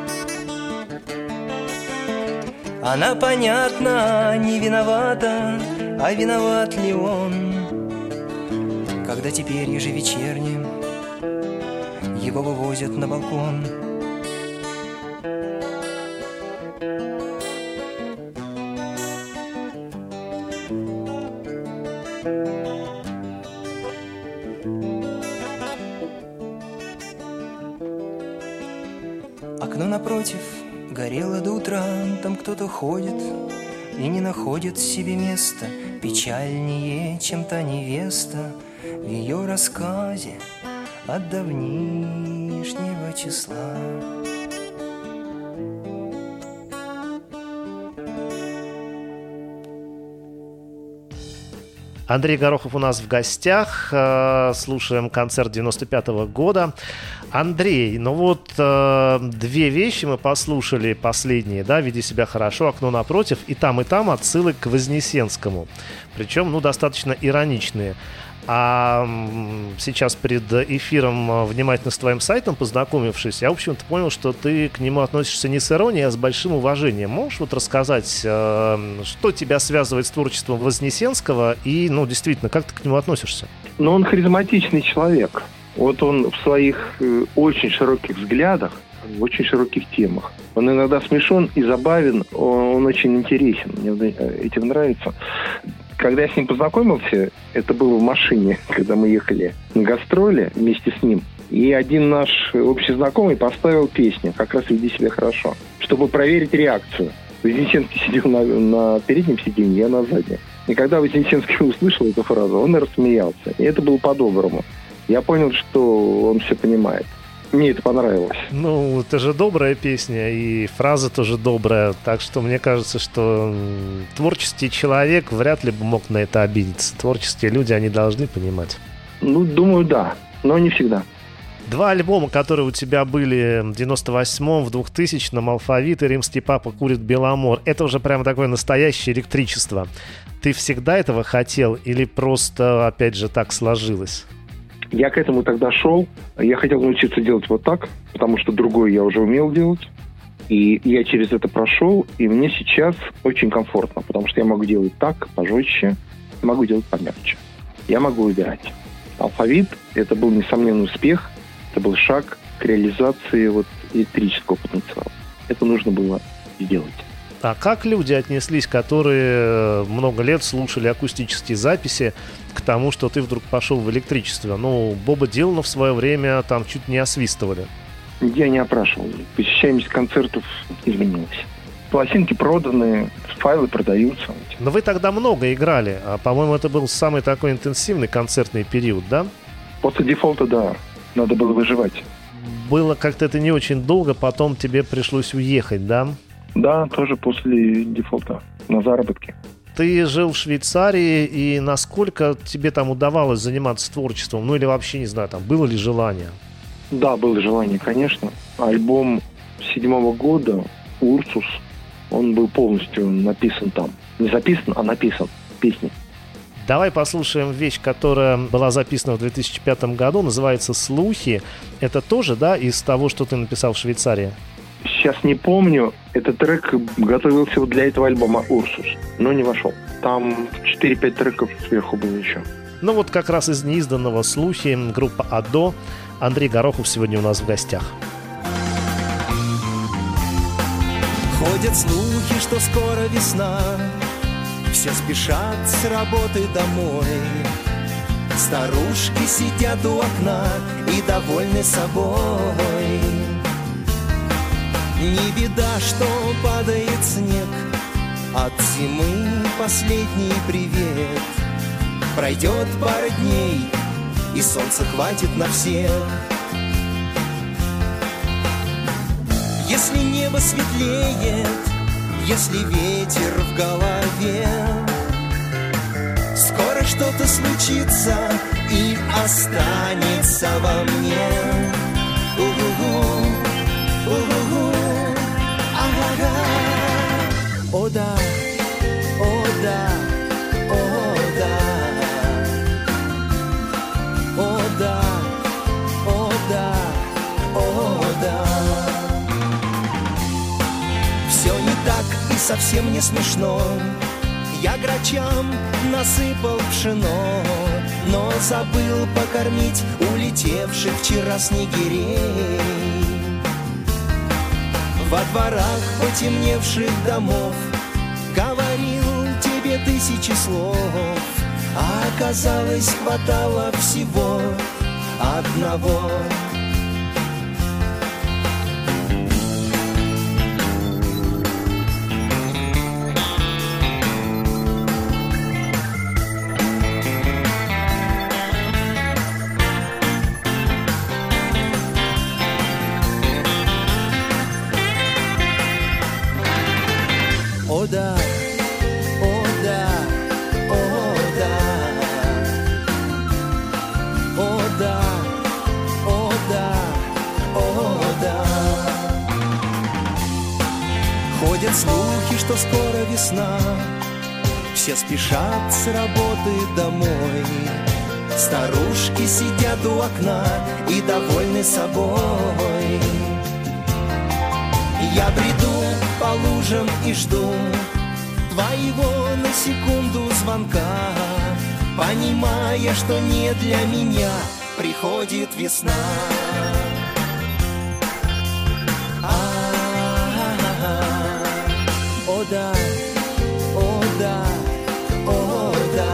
Она, понятно, не виновата, а виноват ли он, когда теперь ежевечерне его вывозят на балкон. Окно напротив горело до утра, там кто-то ходит и не находит себе места. Печальнее, чем та невеста в ее рассказе от давнишнего числа. Андрей Горохов у нас в гостях. Слушаем концерт девяносто пятого года. Андрей, ну вот две вещи мы послушали последние, да, «Веди себя хорошо», «Окно напротив», и там, и там отсылы к Вознесенскому. Причем, ну, достаточно ироничные. А сейчас перед эфиром, внимательно с твоим сайтом познакомившись, я, в общем-то, понял, что ты к нему относишься не с иронией, а с большим уважением. Можешь вот рассказать, что тебя связывает с творчеством Вознесенского и, ну, действительно, как ты к нему относишься? Ну, он харизматичный человек. Вот он в своих э, очень широких взглядах, в очень широких темах. Он иногда смешон и забавен, он, он очень интересен. Мне этим нравится. Когда я с ним познакомился, это было в машине, когда мы ехали на гастроли вместе с ним. И один наш общий знакомый поставил песню, как раз «Веди себя хорошо», чтобы проверить реакцию. Вознесенский сидел на, на переднем сиденье, я на заднем. И когда Вознесенский услышал эту фразу, он рассмеялся. И это было по-доброму. Я понял, что он все понимает. Мне это понравилось. Ну, это же добрая песня, и фраза тоже добрая. Так что мне кажется, что творческий человек вряд ли бы мог на это обидеться. Творческие люди, они должны понимать. Ну, думаю, да. Но не всегда. Два альбома, которые у тебя были в девяносто восьмом, в двухтысячном, «Алфавит» и «Римский папа курит Беломор», это уже прям такое настоящее электричество. Ты всегда этого хотел или просто, опять же, так сложилось? Я к этому тогда шел. Я хотел научиться делать вот так, потому что другое я уже умел делать. И я через это прошел, и мне сейчас очень комфортно, потому что я могу делать так, пожестче, могу делать помягче. Я могу выбирать. «Алфавит» — это был несомненный успех. Это был шаг к реализации вот электрического потенциала. Это нужно было сделать. А как люди отнеслись, которые много лет слушали акустические записи, к тому, что ты вдруг пошел в электричество? Ну, Боба Дилана в свое время там чуть не освистывали. Я не опрашивал. Посещаемость концертов изменилась. Пластинки проданы, файлы продаются. Но вы тогда много играли, а, по-моему, это был самый такой интенсивный концертный период, да? После дефолта, да. Надо было выживать. Было как-то это не очень долго, потом тебе пришлось уехать, да? Да, тоже после дефолта, на заработки. Ты жил в Швейцарии, и насколько тебе там удавалось заниматься творчеством? Ну или вообще, не знаю, там было ли желание? Да, было желание, конечно. Альбом седьмого года «Урсус», он был полностью написан там. Не записан, а написан. Песни. Давай послушаем вещь, которая была записана в две тысячи пятом году, называется «Слухи». Это тоже, да, из того, что ты написал в Швейцарии? Сейчас не помню. Этот трек готовился вот для этого альбома «Урсус», но не вошел. Там четыре-пять треков сверху было еще. Ну вот как раз из неизданного «Слухи» группа «Адо». Андрей Горохов сегодня у нас в гостях. Ходят слухи, что скоро весна, все спешат с работы домой. Старушки сидят у окна и довольны собой. Не беда, что падает снег, от зимы последний привет. Пройдет пара дней, и солнца хватит на всех. Если небо светлеет, если ветер в голове, скоро что-то случится и останется во мне. У-ху-ху, у-ху-ху, ага-га. О да, о да, о да, о да, о да, о да. Все не так и совсем не смешно. Я грачам насыпал пшено, но забыл покормить улетевших вчера снегирей. Во дворах потемневших домов говорил тебе тысячи слов, а оказалось, хватало всего одного. О да, о да, о да, о да, о да, о да. Ходят слухи, что скоро весна, все спешат с работы домой. Старушки сидят у окна и довольны собой. Я бреду по лужам и жду твоего на секунду звонка, понимая, что не для меня приходит весна. А-а-а-а. О да, о да, о да,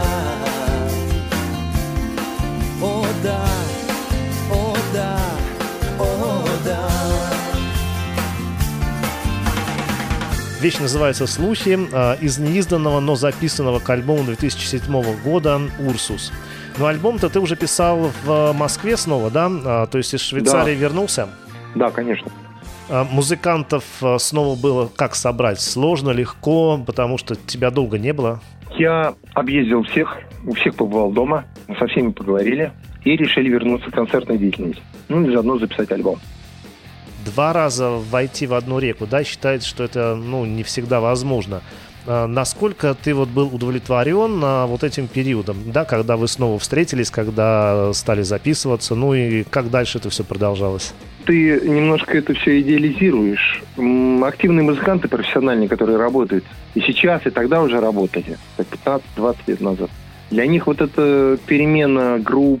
о да, о да, о да. Вещь называется «Слухи», из неизданного, но записанного к альбому две тысячи седьмого года «Урсус». Но альбом-то ты уже писал в Москве снова, да? То есть из Швейцарии да. вернулся? Да, конечно. Музыкантов снова было как собрать? Сложно, легко, потому что тебя долго не было? Я объездил всех, у всех побывал дома, со всеми поговорили и решили вернуться к концертной деятельности. Ну и заодно записать альбом. Два раза войти в одну реку, да, считается, что это, ну, не всегда возможно. А насколько ты вот был удовлетворен а, вот этим периодом, да, когда вы снова встретились, когда стали записываться, ну и как дальше это все продолжалось? Ты немножко это все идеализируешь. Активные музыканты, профессиональные, которые работают и сейчас, и тогда уже работали, как пятнадцать-двадцать лет назад. Для них вот эта перемена групп,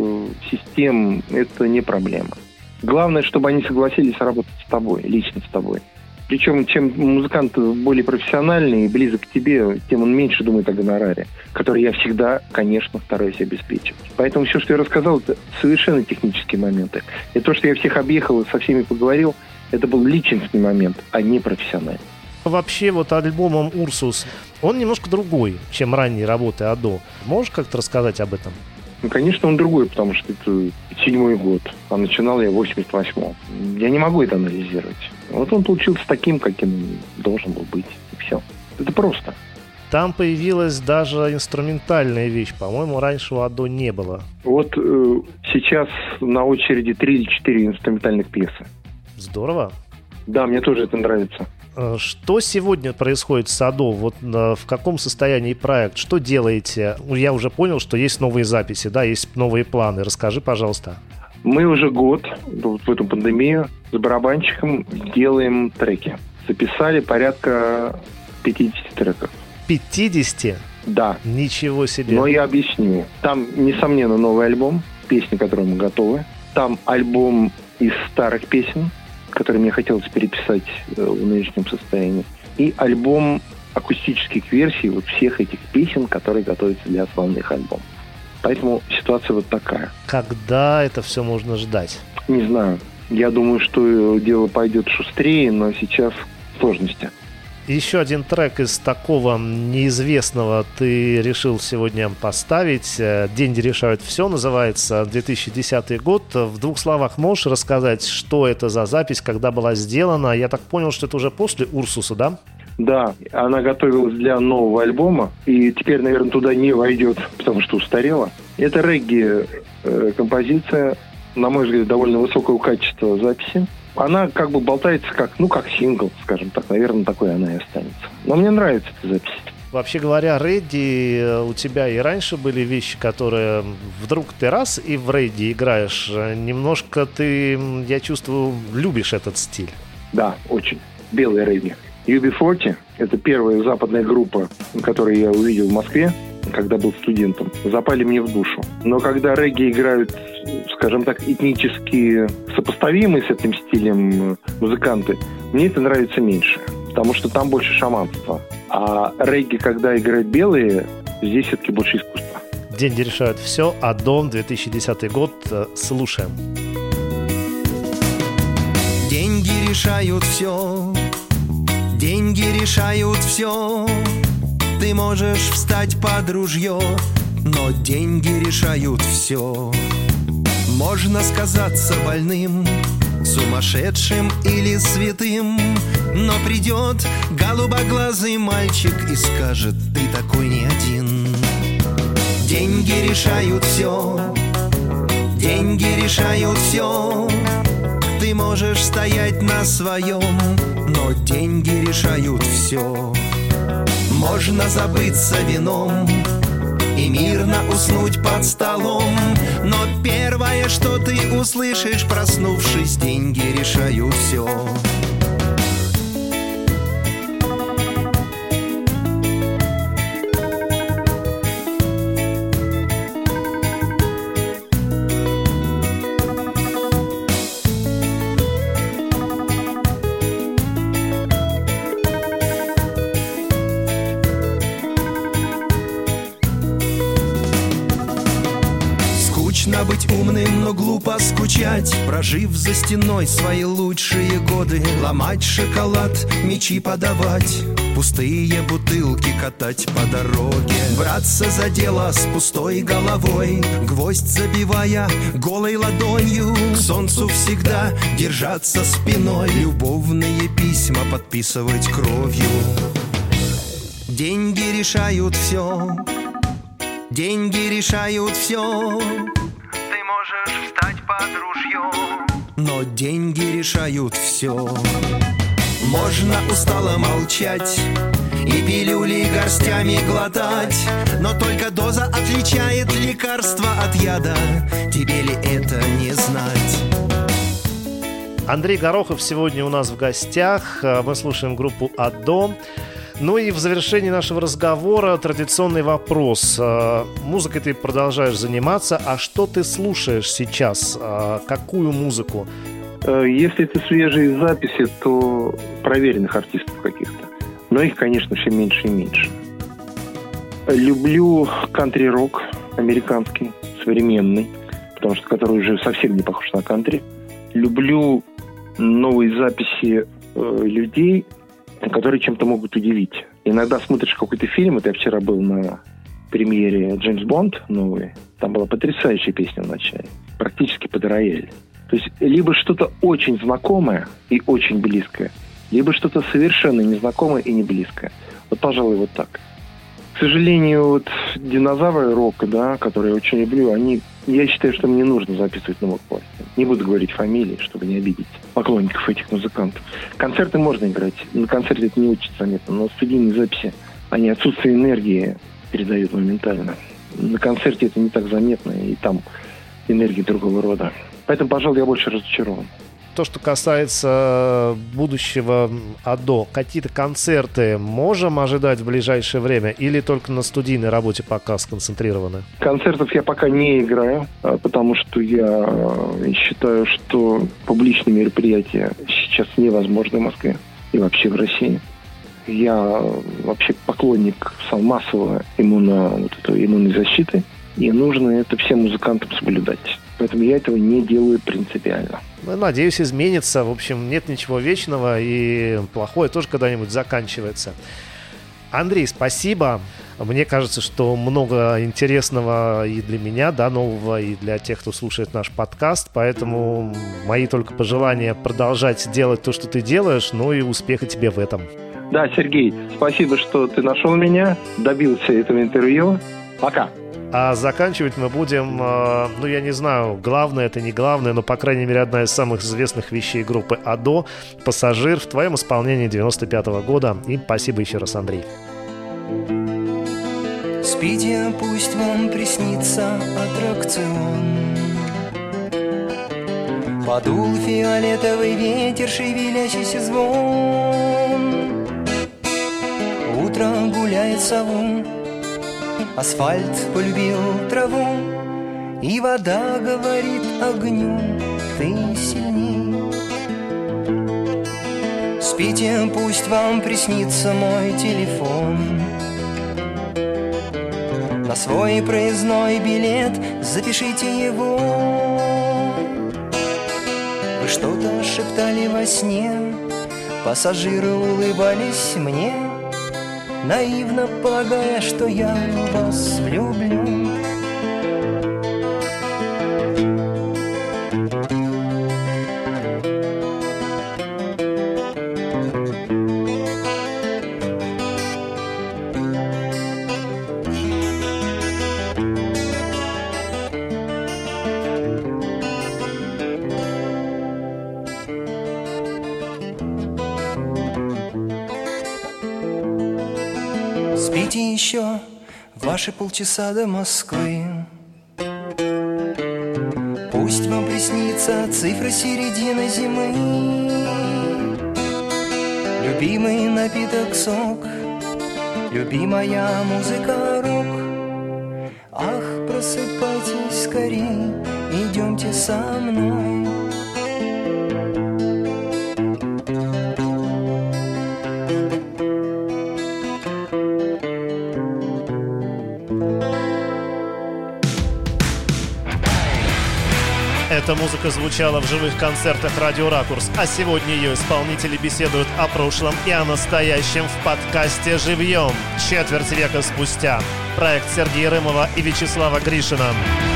систем, это не проблема. Главное, чтобы они согласились работать с тобой, лично с тобой. Причем, чем музыкант более профессиональный и близок к тебе, тем он меньше думает о гонораре, который я всегда, конечно, стараюсь обеспечивать. Поэтому все, что я рассказал, это совершенно технические моменты. И то, что я всех объехал и со всеми поговорил, это был личностный момент, а не профессиональный. Вообще, вот альбомом «Урсус», он немножко другой, чем ранние работы Адо. Можешь как-то рассказать об этом? Ну, конечно, он другой, потому что это седьмой год, а начинал я в восемьдесят восьмом. Я не могу это анализировать. Вот он получился таким, каким должен был быть, и все. Это просто. Там появилась даже инструментальная вещь. По-моему, раньше у Адо не было. Вот э, сейчас на очереди три или четыре инструментальных пьесы. Здорово. Да, мне тоже это нравится. Что сегодня происходит с Адо? Вот в каком состоянии проект? Что делаете? Я уже понял, что есть новые записи, да, есть новые планы. Расскажи, пожалуйста. Мы уже год, вот в эту пандемию, с барабанщиком делаем треки. Записали порядка пятьдесят треков. пятьдесят? Да. Ничего себе. Но я объясню. Там, несомненно, новый альбом, песни, которые мы готовы. Там альбом из старых песен, который мне хотелось переписать э, в нынешнем состоянии. И альбом акустических версий вот всех этих песен, которые готовятся для основных альбомов. Поэтому ситуация вот такая. Когда это все можно ждать? Не знаю. Я думаю, что дело пойдет шустрее, но сейчас сложности. Еще один трек из такого неизвестного ты решил сегодня поставить. «Деньги решают все» называется, две тысячи десятый год. В двух словах можешь рассказать, что это за запись, когда была сделана? Я так понял, что это уже после «Урсуса», да? Да, она готовилась для нового альбома, и теперь, наверное, туда не войдет, потому что устарела. Это регги-композиция, на мой взгляд, довольно высокого качества записи. Она как бы болтается как, ну, как сингл, скажем так. Наверное, такой она и останется. Но мне нравится эта запись. Вообще говоря, регги, у тебя и раньше были вещи, которые вдруг ты раз и в регги играешь. Немножко ты, я чувствую, любишь этот стиль. Да, очень. Белый регги. ю би сорок – это первая западная группа, которую я увидел в Москве, когда был студентом. Запали мне в душу. Но когда регги играют, скажем так, этнически сопоставимые с этим стилем музыканты, мне это нравится меньше, потому что там больше шаманства. А регги, когда играют белые, здесь все-таки больше искусства. Деньги решают все. Адо, две тысячи десятый год. Слушаем. Деньги решают все. Деньги решают все. Ты можешь встать под ружье, но деньги решают все. Можно сказаться больным, сумасшедшим или святым, но придет голубоглазый мальчик и скажет: ты такой не один. Деньги решают все. Деньги решают все. Ты можешь стоять на своем, но деньги решают все. Можно забыться вином и мирно уснуть под столом, но первое, что ты услышишь, проснувшись, деньги решают все. Быть умным, но глупо скучать. молчать, прожив за стеной свои лучшие годы, ломать шоколад, мечи подавать, пустые бутылки катать по дороге, браться за дело с пустой головой, гвоздь забивая голой ладонью, к солнцу всегда держаться спиной, любовные письма подписывать кровью. Деньги решают все, деньги решают все. Ты можешь встать под ружьем, но деньги решают все. Можно устало молчать и пилюли горстями глотать, но только доза отличает лекарство от яда. Тебе ли это не знать? Андрей Горохов сегодня у нас в гостях. Мы слушаем группу «Адо». Ну и в завершении нашего разговора традиционный вопрос. Музыкой ты продолжаешь заниматься, а что ты слушаешь сейчас? Какую музыку? Если это свежие записи, то проверенных артистов каких-то. Но их, конечно, все меньше и меньше. Люблю кантри-рок американский, современный, потому что который уже совсем не похож на кантри. Люблю новые записи э, людей, которые чем-то могут удивить. Иногда смотришь какой-то фильм, это я вчера был на премьере «Джеймс Бонд» новый, там была потрясающая песня в начале, практически под рояль. То есть либо что-то очень знакомое и очень близкое, либо что-то совершенно незнакомое и не близкое. Вот, пожалуй, вот так. К сожалению, вот динозавры рока, да, которые я очень люблю, они, я считаю, что мне нужно записывать на мокпласте. Не буду говорить фамилии, чтобы не обидеть поклонников этих музыкантов. Концерты можно играть, на концерте это не очень заметно, но студийные записи, они отсутствие энергии передают моментально. На концерте это не так заметно, и там энергия другого рода. Поэтому, пожалуй, я больше разочарован. То, что касается будущего АДО, какие-то концерты можем ожидать в ближайшее время или только на студийной работе пока сконцентрированы? Концертов я пока не играю, потому что я считаю, что публичные мероприятия сейчас невозможны в Москве и вообще в России. Я вообще поклонник массового иммуно, вот этой иммунной защиты, и нужно это всем музыкантам соблюдать. Поэтому я этого не делаю принципиально. Ну, надеюсь, изменится. В общем, нет ничего вечного, и плохое тоже когда-нибудь заканчивается. Андрей, спасибо. Мне кажется, что много интересного и для меня, да, нового, и для тех, кто слушает наш подкаст. Поэтому мои только пожелания продолжать делать то, что ты делаешь, ну и успеха тебе в этом. Да, Сергей, спасибо, что ты нашел меня, добился этого интервью. Пока. А заканчивать мы будем, э, ну, я не знаю, главное это не главное, но, по крайней мере, одна из самых известных вещей группы АДО «Пассажир» в твоем исполнении девяносто пятого года. И спасибо еще раз, Андрей. Спите, пусть вам приснится аттракцион. Подул фиолетовый ветер, шевелящийся звон. Утро гуляет сову, асфальт полюбил траву, и вода говорит огню: ты сильней. Спите, пусть вам приснится мой телефон. На свой проездной билет запишите его. Вы что-то шептали во сне, пассажиры улыбались мне, наивно полагая, что я в вас влюблен. Спите еще ваши полчаса до Москвы. Пусть вам приснится цифра середины зимы. Любимый напиток сок, любимая музыка рок. Ах, просыпайтесь скорей, идемте со мной. Эта музыка звучала в живых концертах «Радио Ракурс», а сегодня ее исполнители беседуют о прошлом и о настоящем в подкасте «Живьем» четверть века спустя. Проект Сергея Рымова и Вячеслава Гришина.